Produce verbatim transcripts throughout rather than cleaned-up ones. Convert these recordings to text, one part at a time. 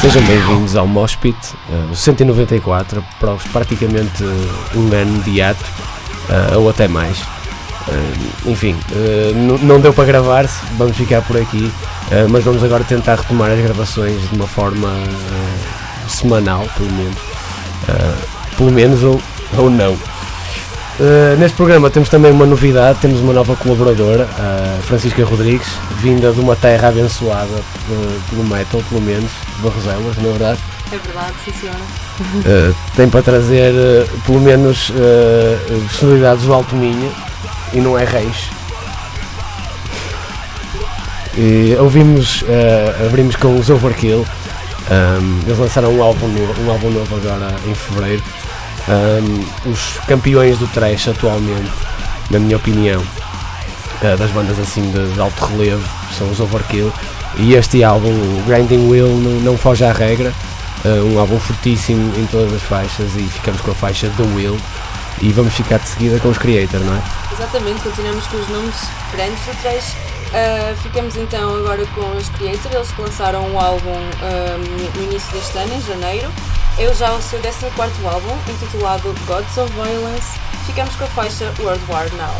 Sejam bem-vindos ao Mosh Pit, uh, o cento e noventa e quatro, após praticamente uh, um ano de hiato, uh, ou até mais. Uh, enfim, uh, n- não deu para gravar-se, vamos ficar por aqui, uh, mas vamos agora tentar retomar as gravações de uma forma uh, semanal, pelo menos. Uh, pelo menos ou, ou não. Uh, neste programa temos também uma novidade, temos uma nova colaboradora, a Francisca Rodrigues, vinda de uma terra abençoada uh, pelo metal, pelo menos, de Barroselas, não é verdade? É verdade, sim senhora. Uh, tem para trazer uh, pelo menos uh, sonoridades do Alto Minho e não é Reis. E ouvimos, uh, abrimos com os Overkill, um, eles lançaram um álbum novo, um álbum novo agora em fevereiro. Um, os campeões do thrash atualmente, na minha opinião, uh, das bandas assim de, de alto relevo, são os Overkill, e este álbum, o Grinding Wheel, não, não foge à regra, uh, um álbum fortíssimo em todas as faixas, e ficamos com a faixa The Wheel e vamos ficar de seguida com os Creator, não é? Exatamente, continuamos com os nomes grandes do thrash. Uh, ficamos então agora com os Creator, eles que lançaram um álbum uh, no início deste ano, em janeiro. É já o seu décimo quarto álbum, intitulado Gods of Violence. Ficamos com a faixa World War Now.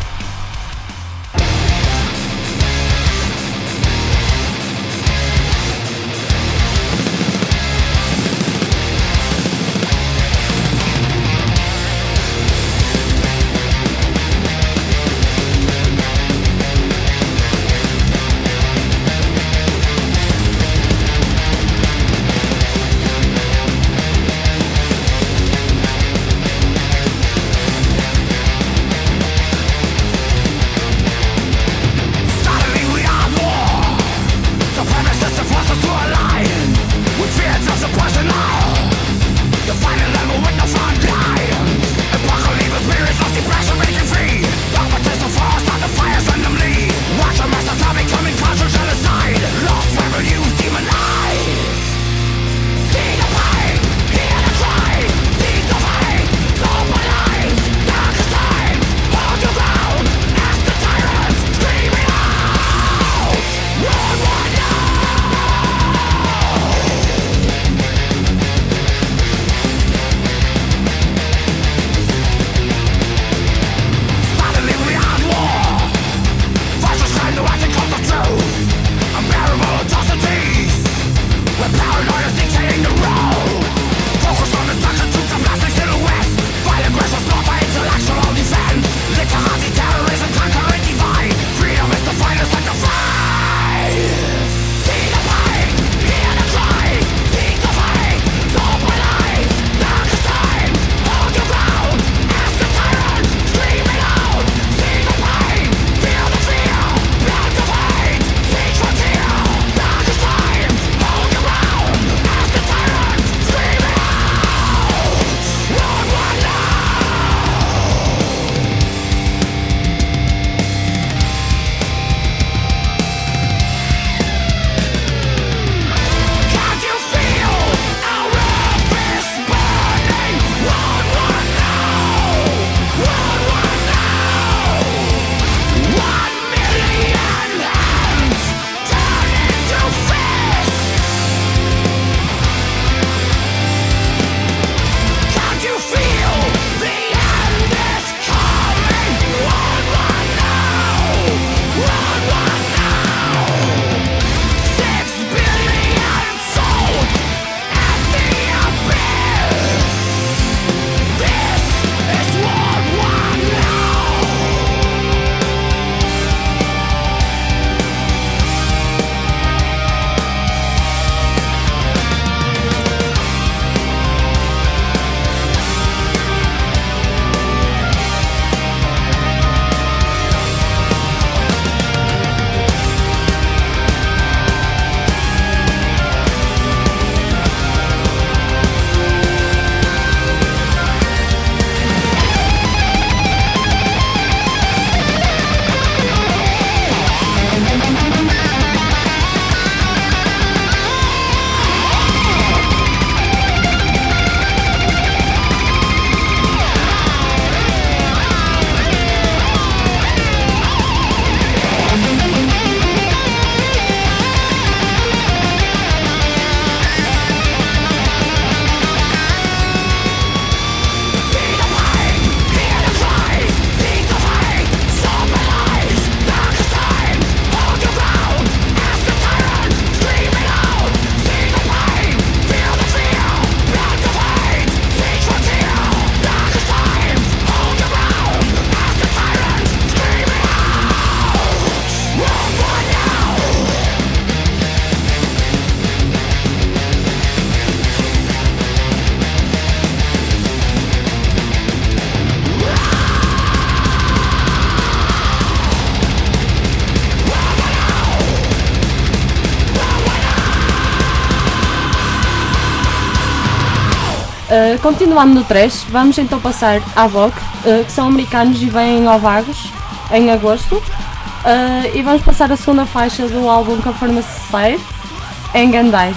Uh, continuando no thrash, vamos então passar à Vogue, uh, que são americanos e vêm ao Vagos em agosto. Uh, e vamos passar a segunda faixa do álbum Conformance Society, em Gandai.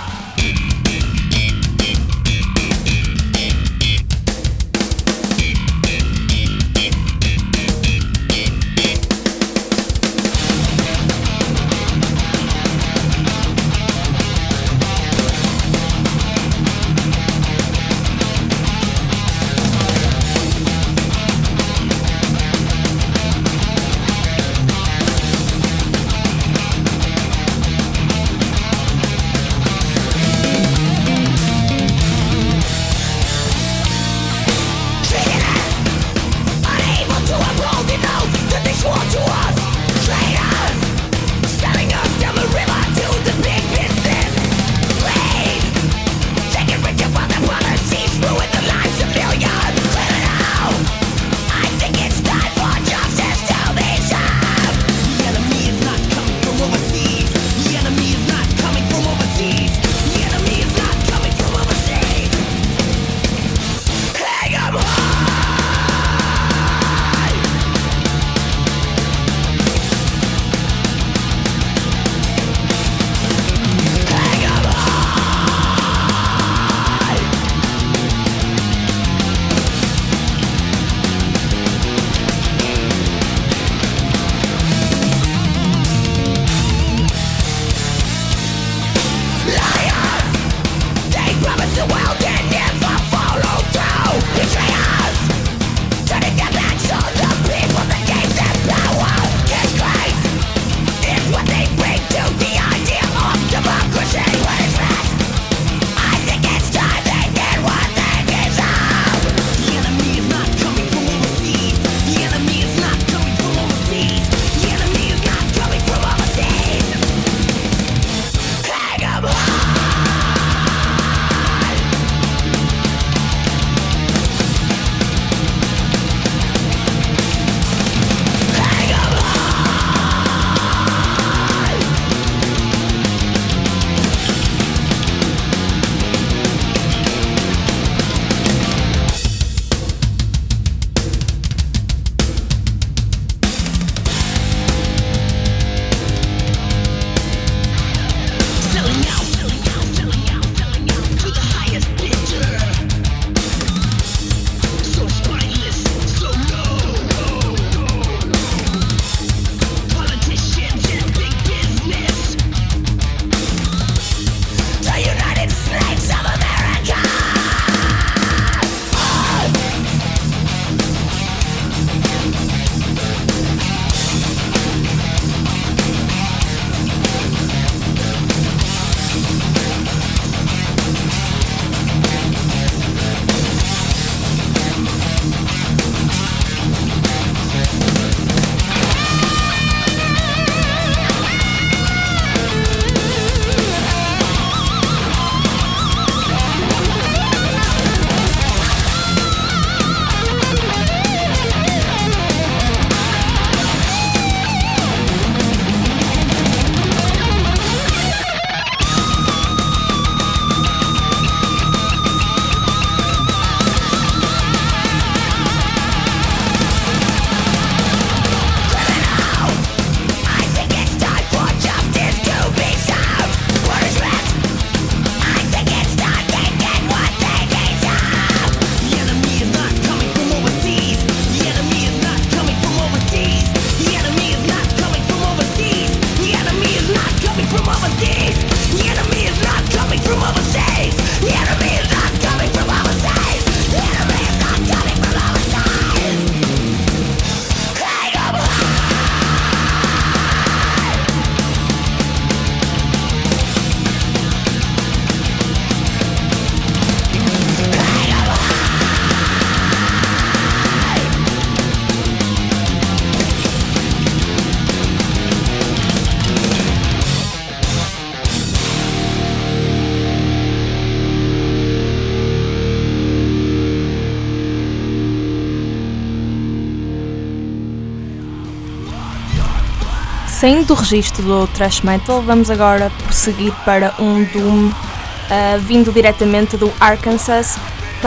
Saindo do registro do thrash metal, vamos agora prosseguir para um doom uh, vindo diretamente do Arkansas,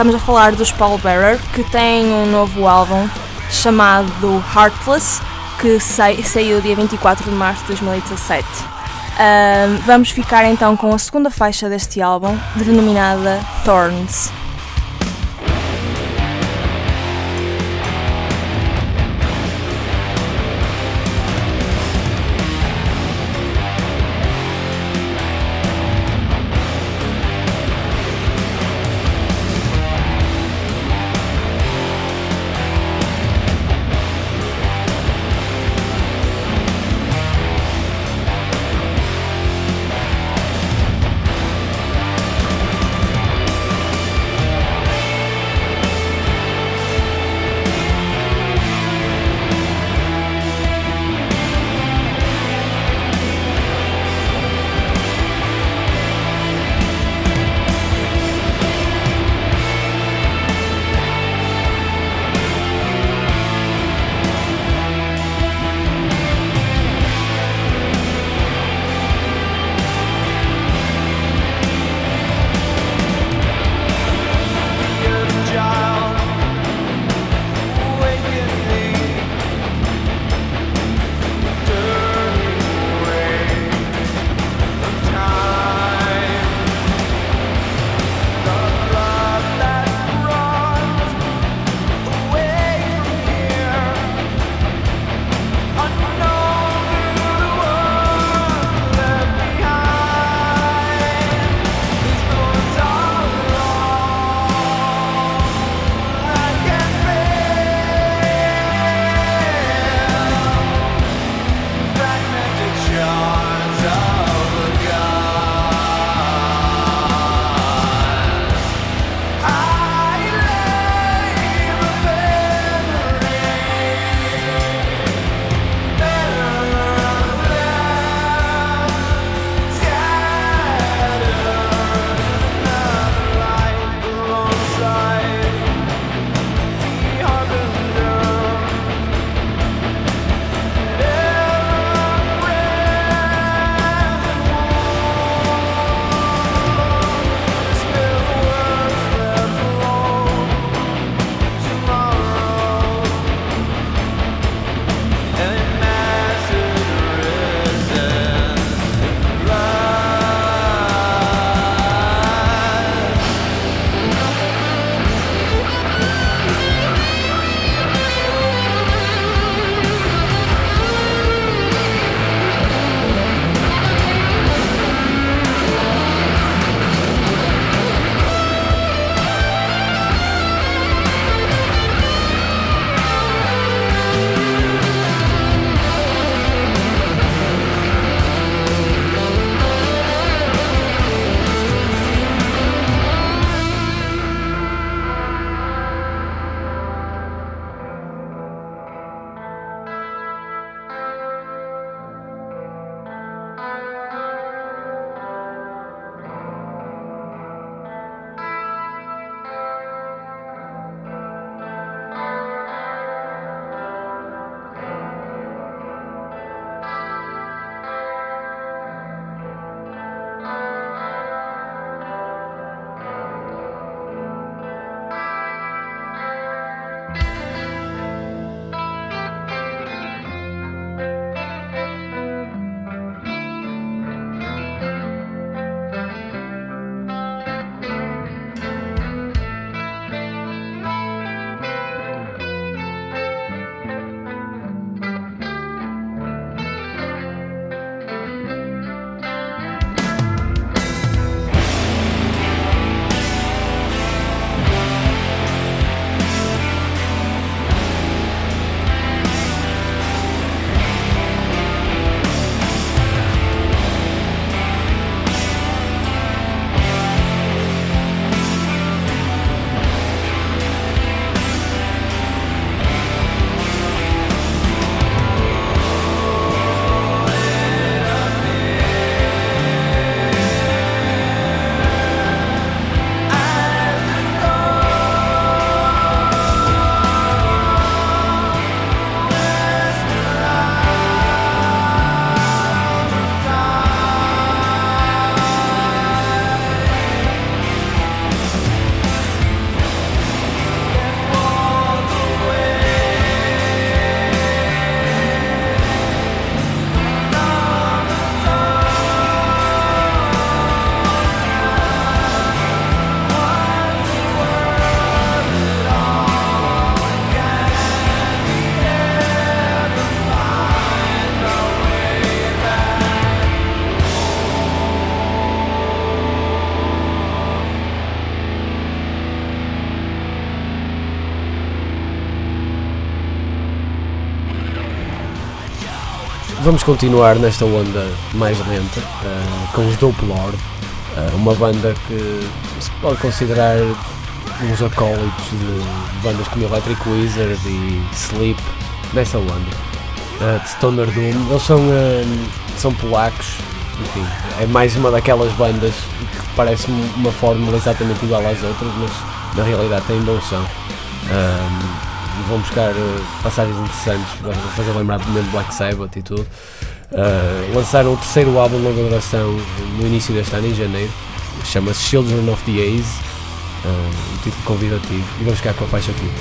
estamos a falar dos Pallbearer, que têm um novo álbum chamado Heartless, que sai, saiu dia vinte e quatro de março de dois mil e dezassete. Uh, vamos ficar então com a segunda faixa deste álbum, denominada Thorns. vamos continuar nesta onda mais lenta, uh, com os Dope Lord, uh, uma banda que se pode considerar uns acólitos de bandas como Electric Wizard e Sleep, nessa onda, uh, de Stoner Doom. Eles são, uh, são polacos, enfim, é mais uma daquelas bandas que parece uma fórmula exatamente igual às outras, mas na realidade tem bom som. Uh, vão buscar uh, passagens interessantes, vão fazer lembrar mesmo Black Sabbath e tudo. Uh, lançaram o terceiro álbum de longa duração no início deste ano, em janeiro, chama-se Children of the Haze, uh, um título convidativo, e vamos ficar com a faixa aqui.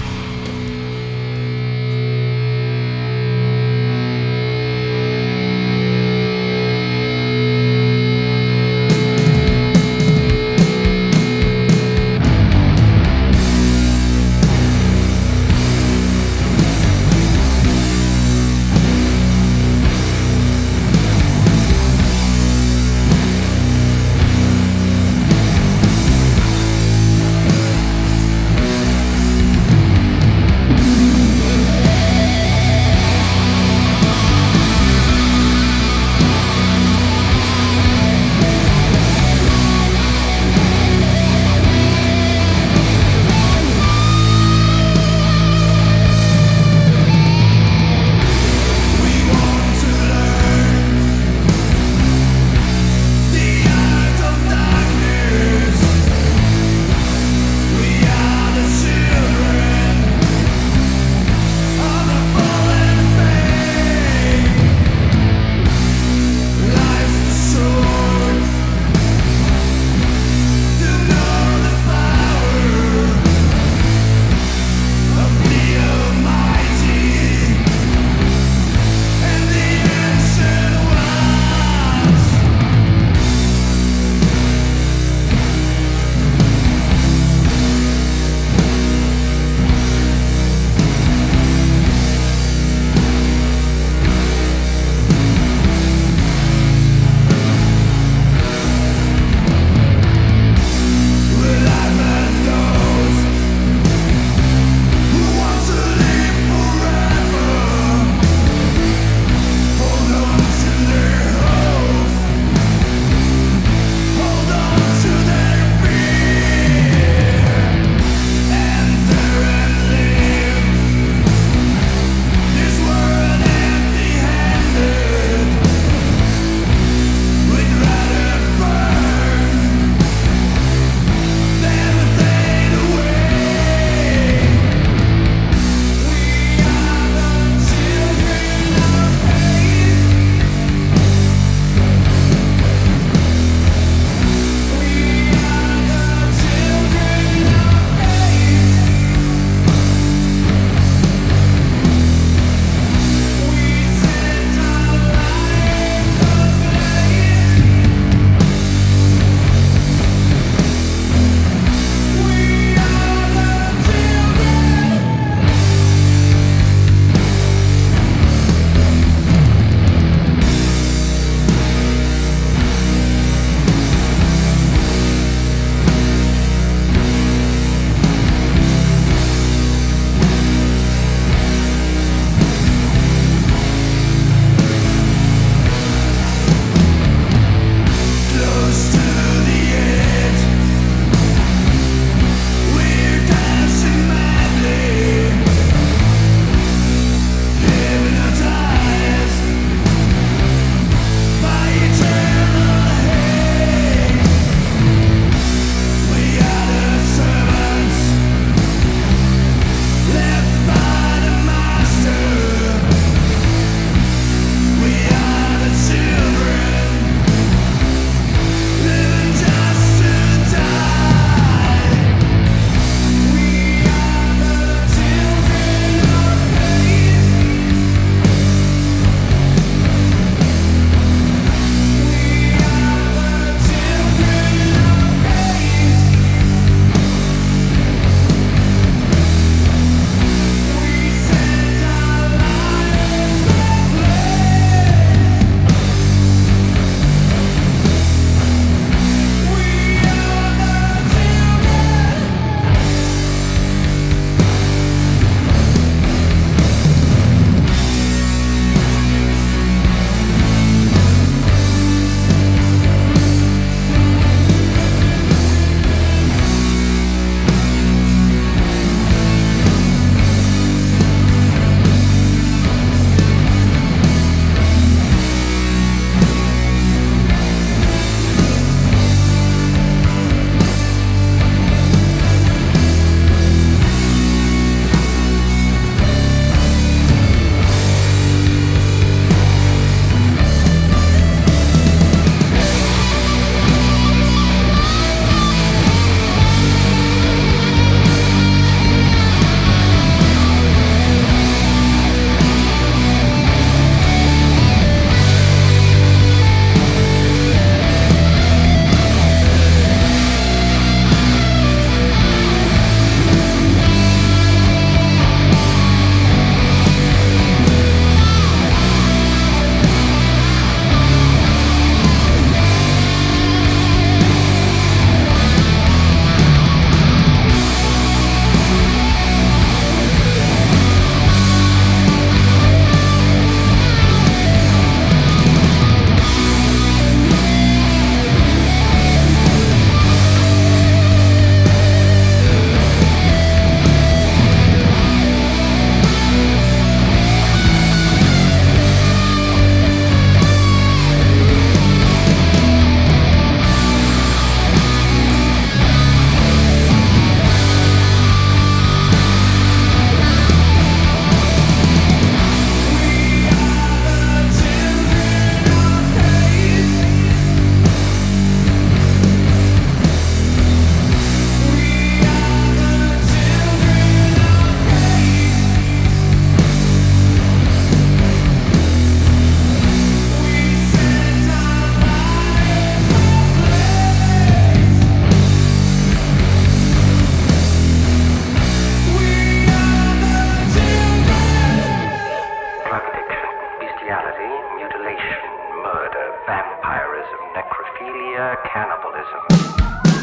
Interstellar Cannibalism.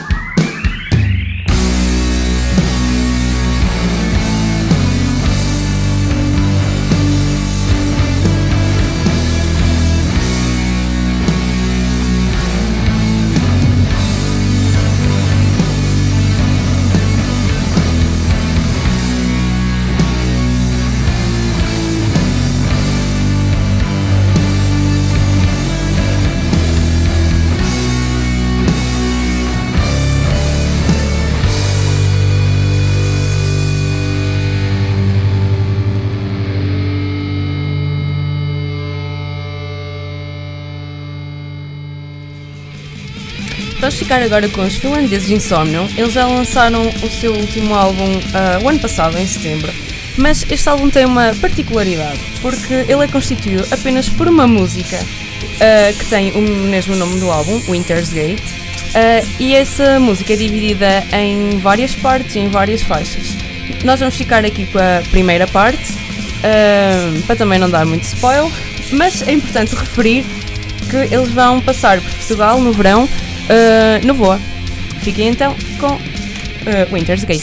Vamos ficar agora com os finlandeses Insomnium. Eles já lançaram o seu último álbum uh, o ano passado, em setembro. Mas este álbum tem uma particularidade, porque ele é constituído apenas por uma música uh, que tem o mesmo nome do álbum, Winter's Gate, uh, e essa música é dividida em várias partes e em várias faixas. Nós vamos ficar aqui com a primeira parte, uh, para também não dar muito spoiler, mas é importante referir que eles vão passar por Portugal no verão, Uh, no Voa. Fiquem então com uh, Winter's Gate.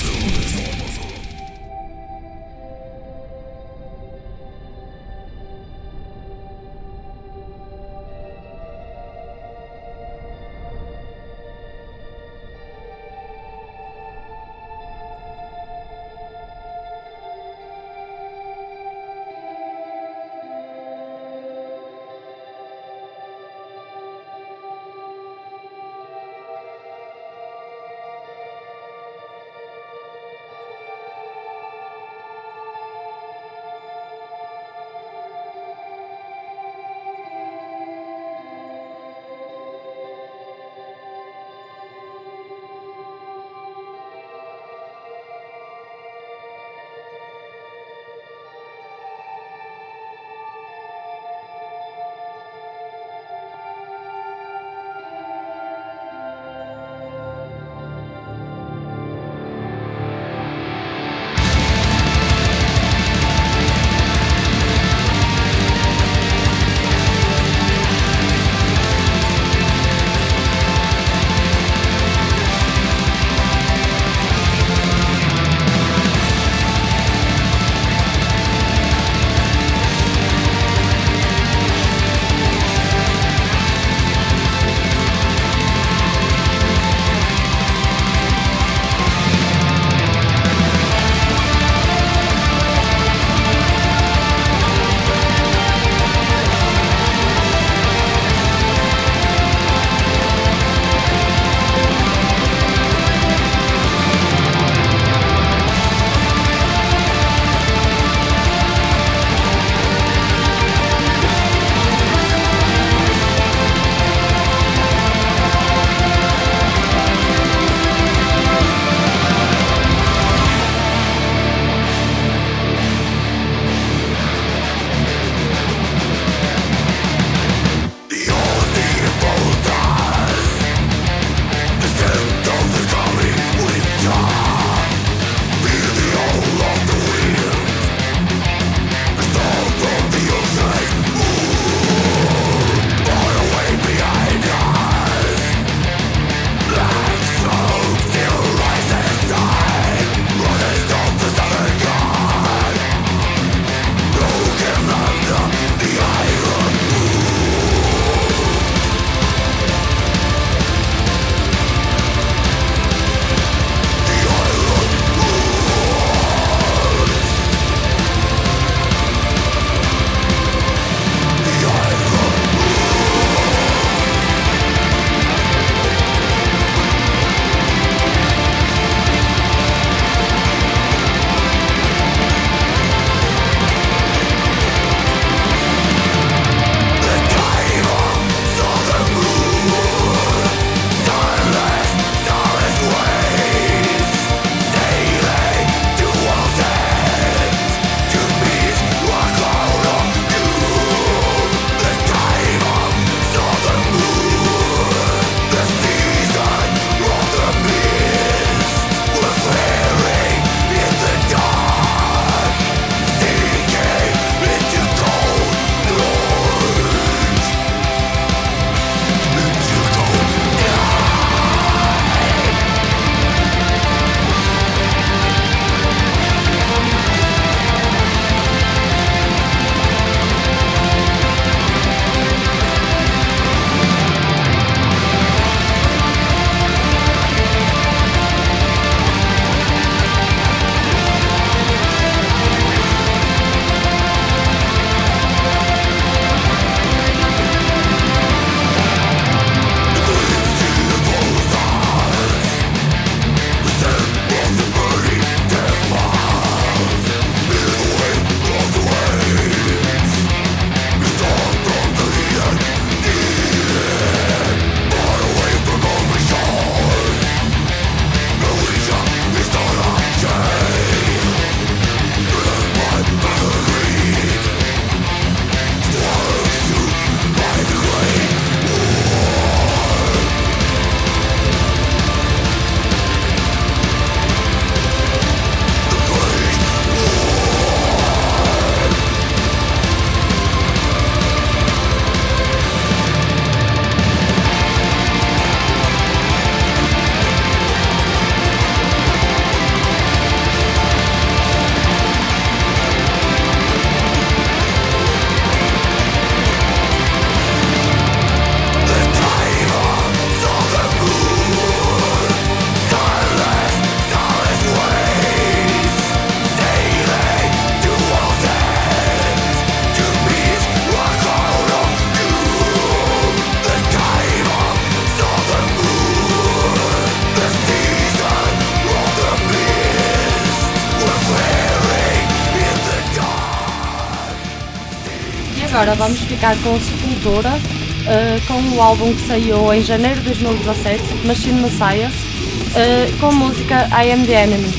agora vamos ficar com Sepultura, uh, com o álbum que saiu em janeiro de dois mil e dezassete, Machine Messiah, uh, com a música I Am The Enemy.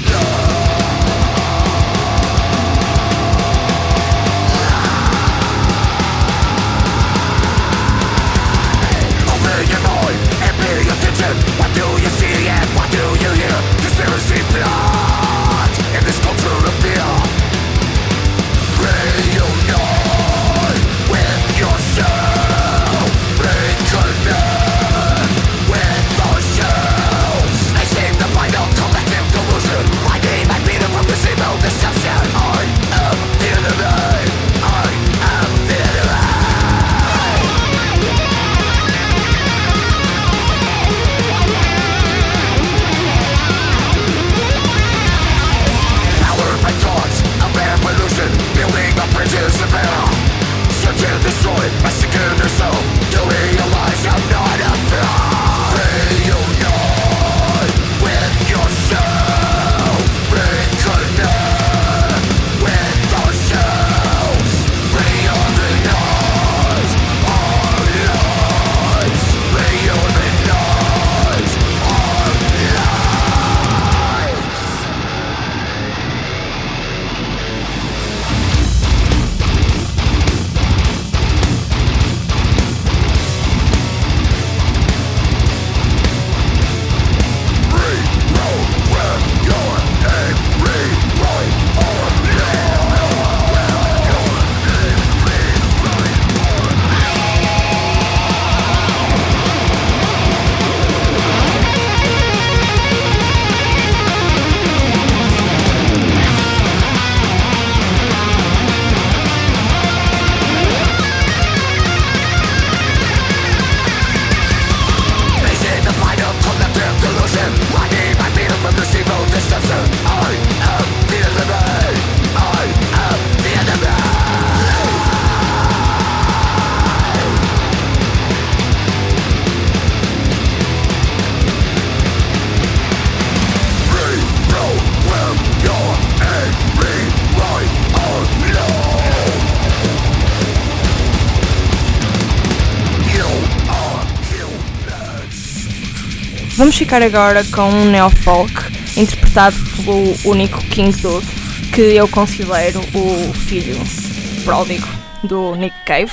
Vamos ficar agora com um neo-folk interpretado pelo único King Dude, que eu considero o filho pródigo do Nick Cave,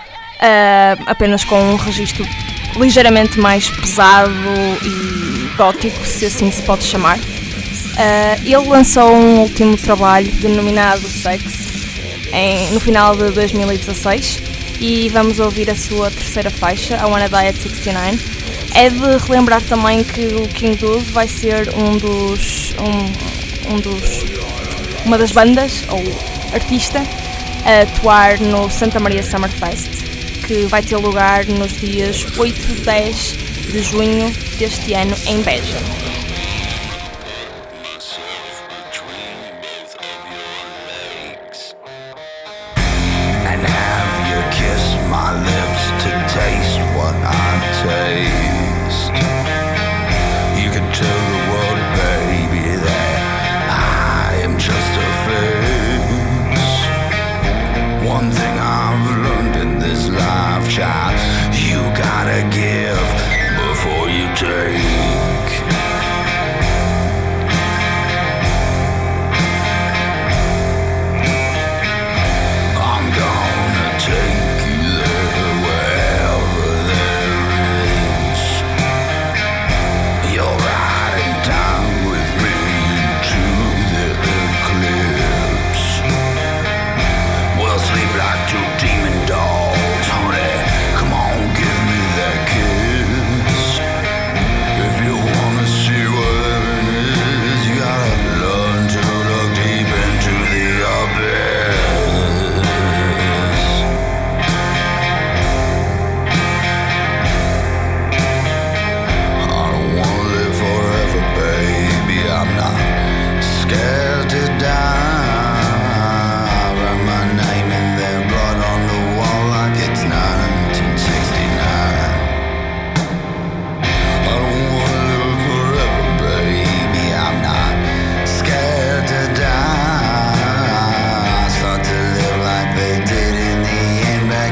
uh, apenas com um registro ligeiramente mais pesado e gótico, se assim se pode chamar. Uh, ele lançou um último trabalho denominado Sex em, no final de dois mil e dezasseis e vamos ouvir a sua terceira faixa, I Wanna Die at sixty nine. É de relembrar também que o King Dude vai ser um dos, um, um dos, uma das bandas, ou artista, a atuar no Santa Maria Summer Fest, que vai ter lugar nos dias oito e dez de junho deste ano em Beja. They did in the end.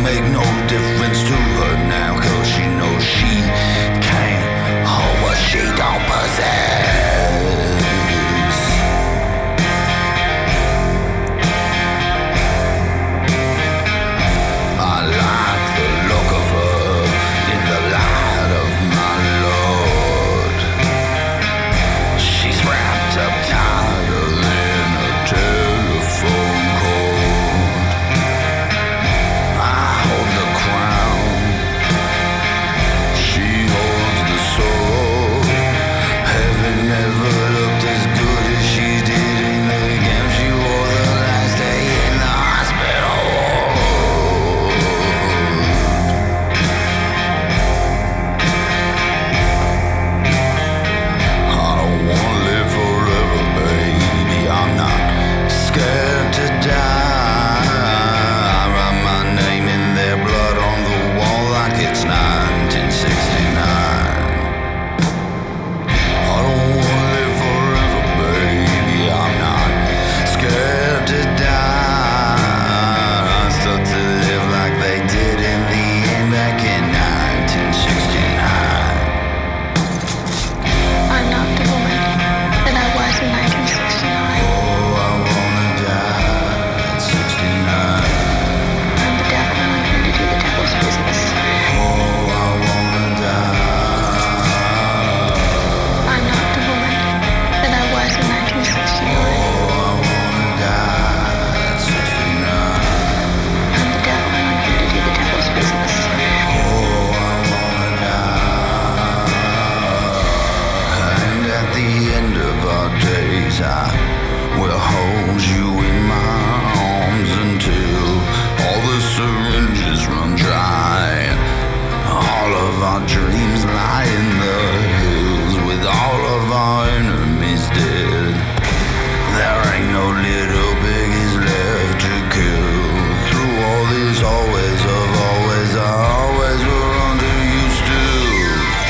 make no difference to her now, cause she knows she can't hold what she don't possess. I like the look of her in the light of my Lord. She's wrapped up tighter than a telephone cord. I hold the crown, she holds the sword. Heaven never looked as good as she did in the game she wore the last day in the hospital. I don't wanna live forever, baby. I'm not scared to die. I write my name in their blood on the wall like it's nineteen sixty-nine. I don't wanna live forever, baby. I'm not scared to die. I start to live like they did in the end back in nineteen sixty-nine. I'm not the woman that I was in nineteen sixty-nine. Oh, I wanna die at sixty-nine. I'm the devil and I'm here to do the devil's business. Oh, I wanna die. I'm not the woman that I was in nineteen sixty-nine. Oh, I wanna die at sixty-nine. I'm the devil and I'm here to do the devil's business. Oh, I wanna die. And at the end of our days, I will hold you in my arms until all the syringes run dry. All of our dreams lie in the hills with all of our enemies dead. There ain't no little piggies left to kill. Through all these always of always, I always will run to you still.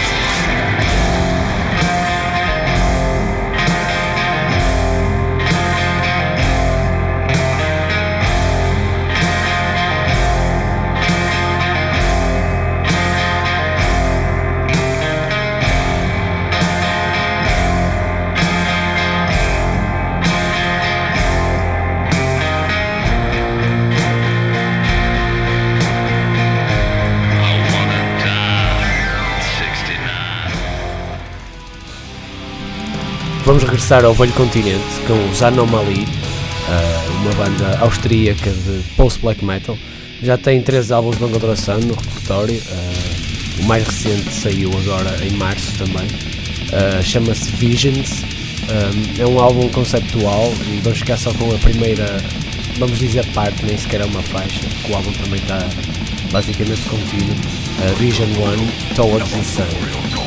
Vamos regressar ao velho continente com os Anomaly, uh, uma banda austríaca de post-black metal. Já tem treze álbuns de longa duração no repertório, uh, o mais recente saiu agora em março também, uh, chama-se Visions. Um, é um álbum conceptual e vamos ficar só com a primeira, vamos dizer parte, nem sequer é uma faixa, que o álbum também está basicamente contínuo. uh, Vision One, Towards Insane.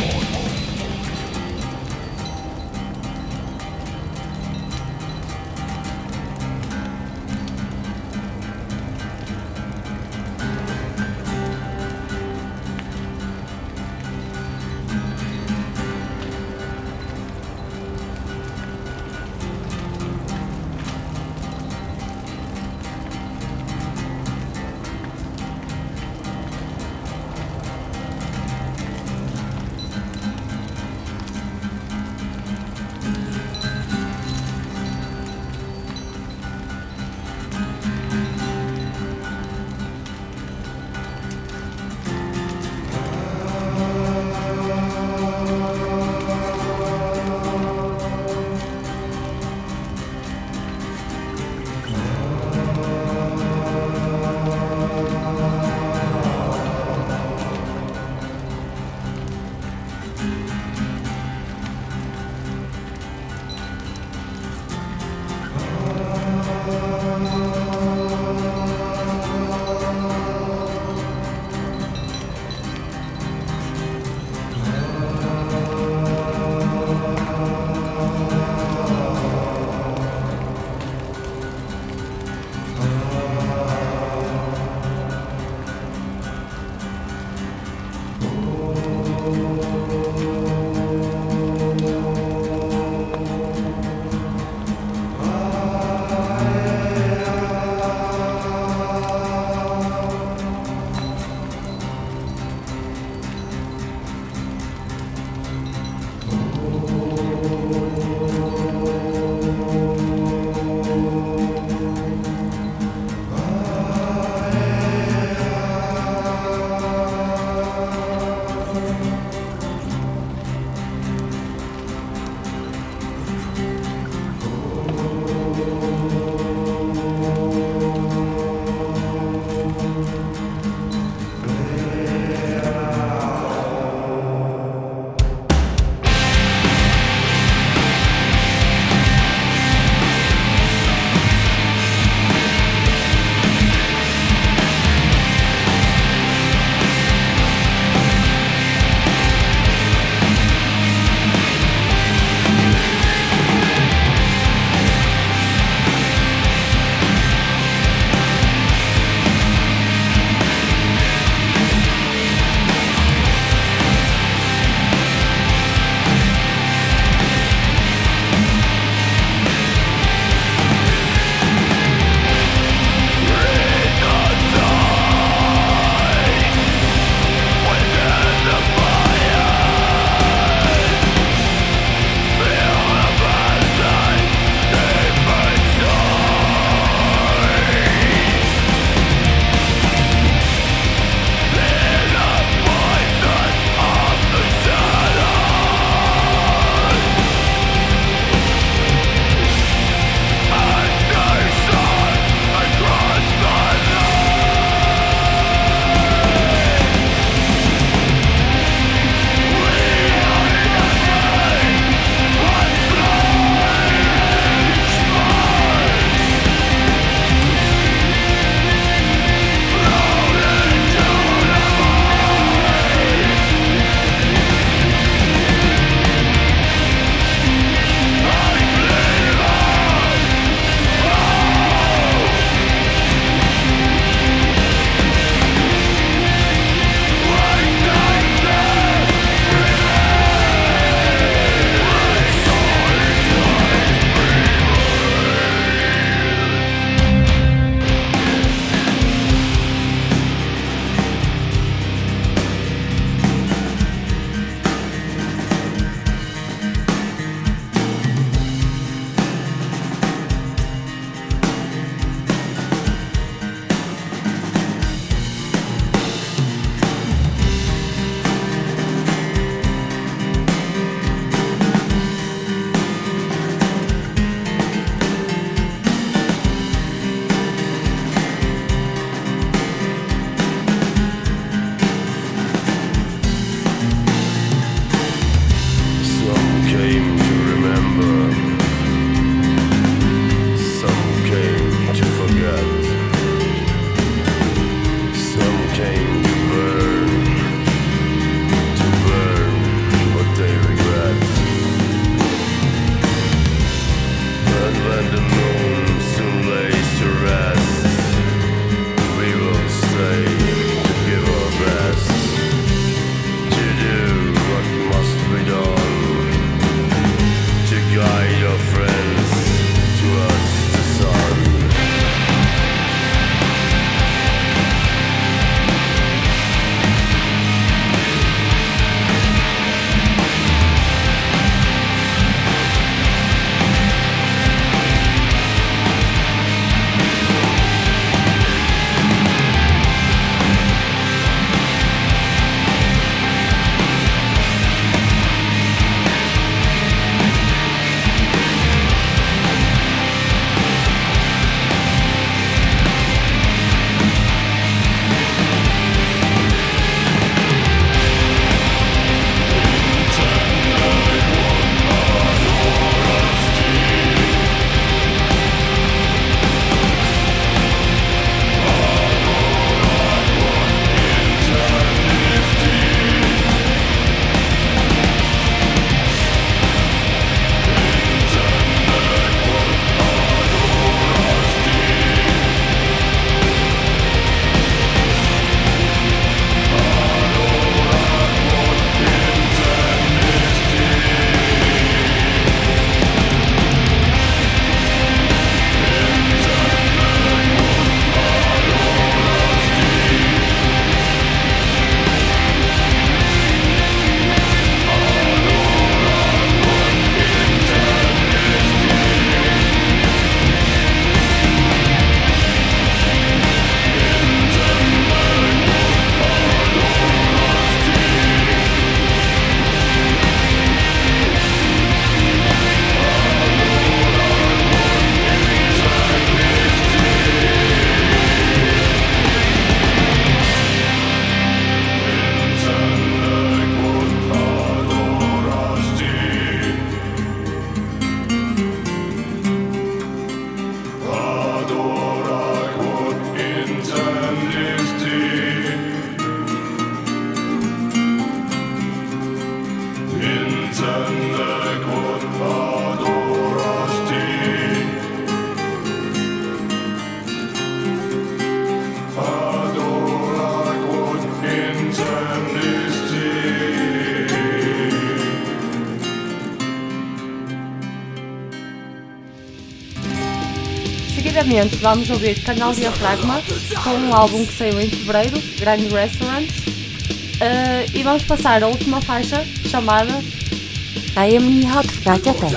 seguidamente vamos ouvir Canal Diafragma com um álbum que saiu em fevereiro, Grand Restaurant, uh, e vamos passar a última faixa chamada I am hot Gajate.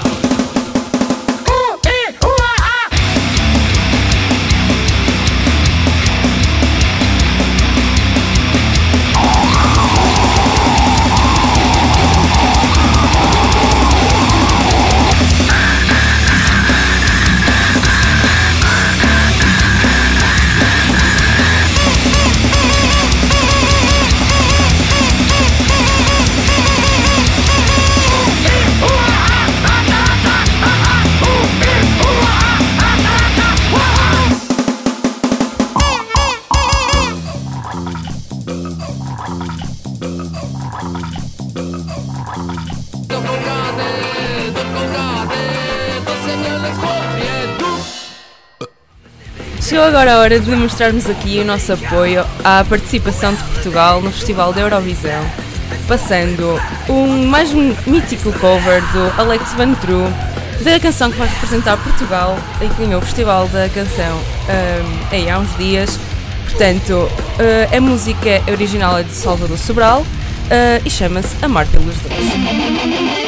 Chegou agora a hora de demonstrarmos aqui o nosso apoio à participação de Portugal no Festival da Eurovisão, passando um mais um mítico cover do Alex Van True da canção que vai representar Portugal e que ganhou o Festival da Canção um, aí há uns dias. Portanto, uh, a música original é de Salvador Sobral uh, e chama-se Amar pelos Dois.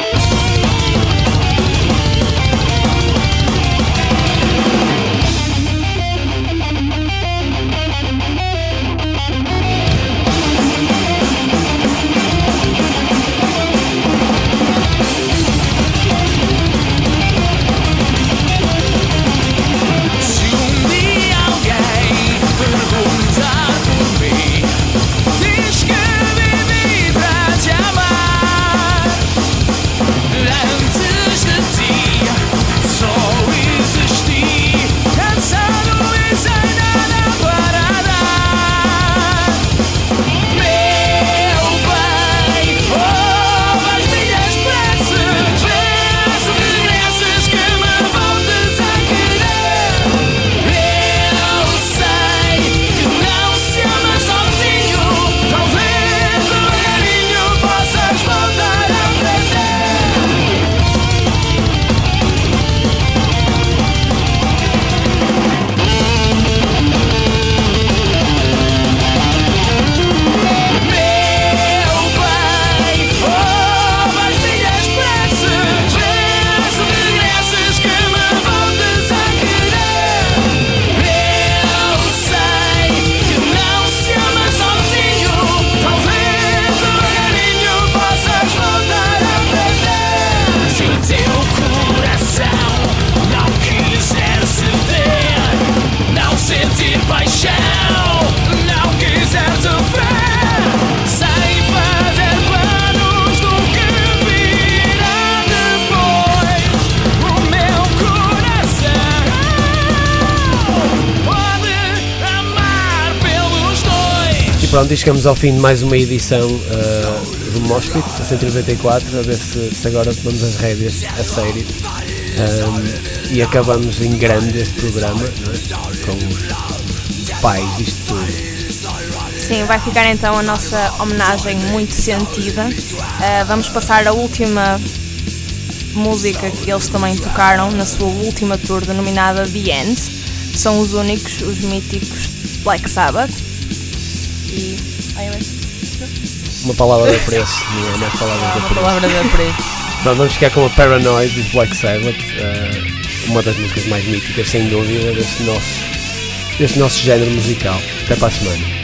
Pronto, e chegamos ao fim de mais uma edição uh, do Moshpit, cento e noventa e quatro, a ver se, se agora tomamos as rédeas a sério um, e acabamos em grande este programa, não é? Com os pais disto tudo. Sim, vai ficar então a nossa homenagem muito sentida. Uh, vamos passar a última música que eles também tocaram na sua última tour, denominada The End. São os únicos, os míticos Black Sabbath. E... Uma palavra de preço, não é mais palavras de Uma preço. palavra de apreço. Pronto, vamos ficar com a Paranoid dos Black Sabbath, uh, uma das músicas mais míticas, sem dúvida, deste nosso, deste nosso género musical. Até para a semana.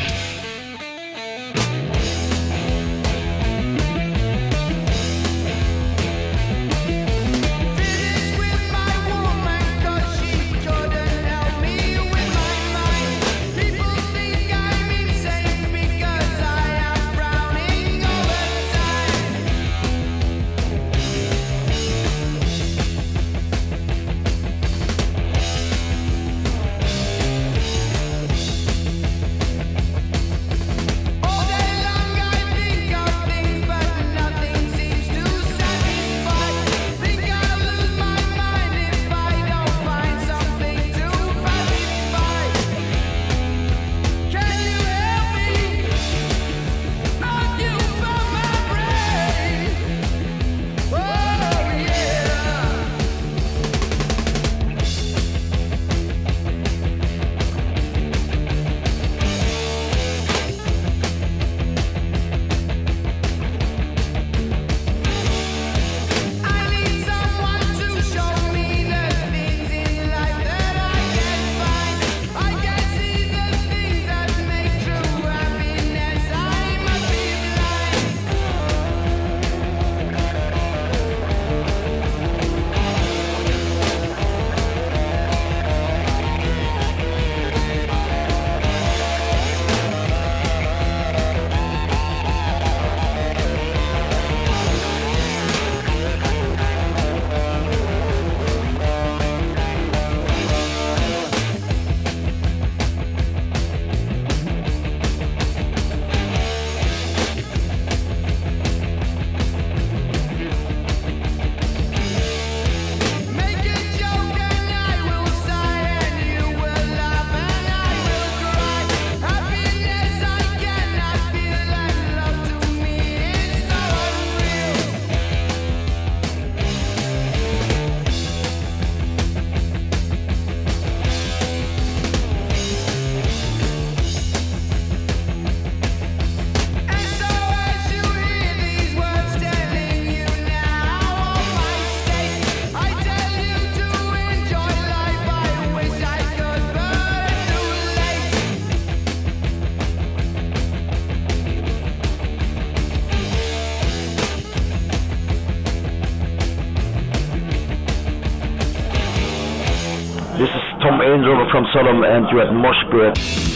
Range Rover from Solom and you had Mosh Spirit.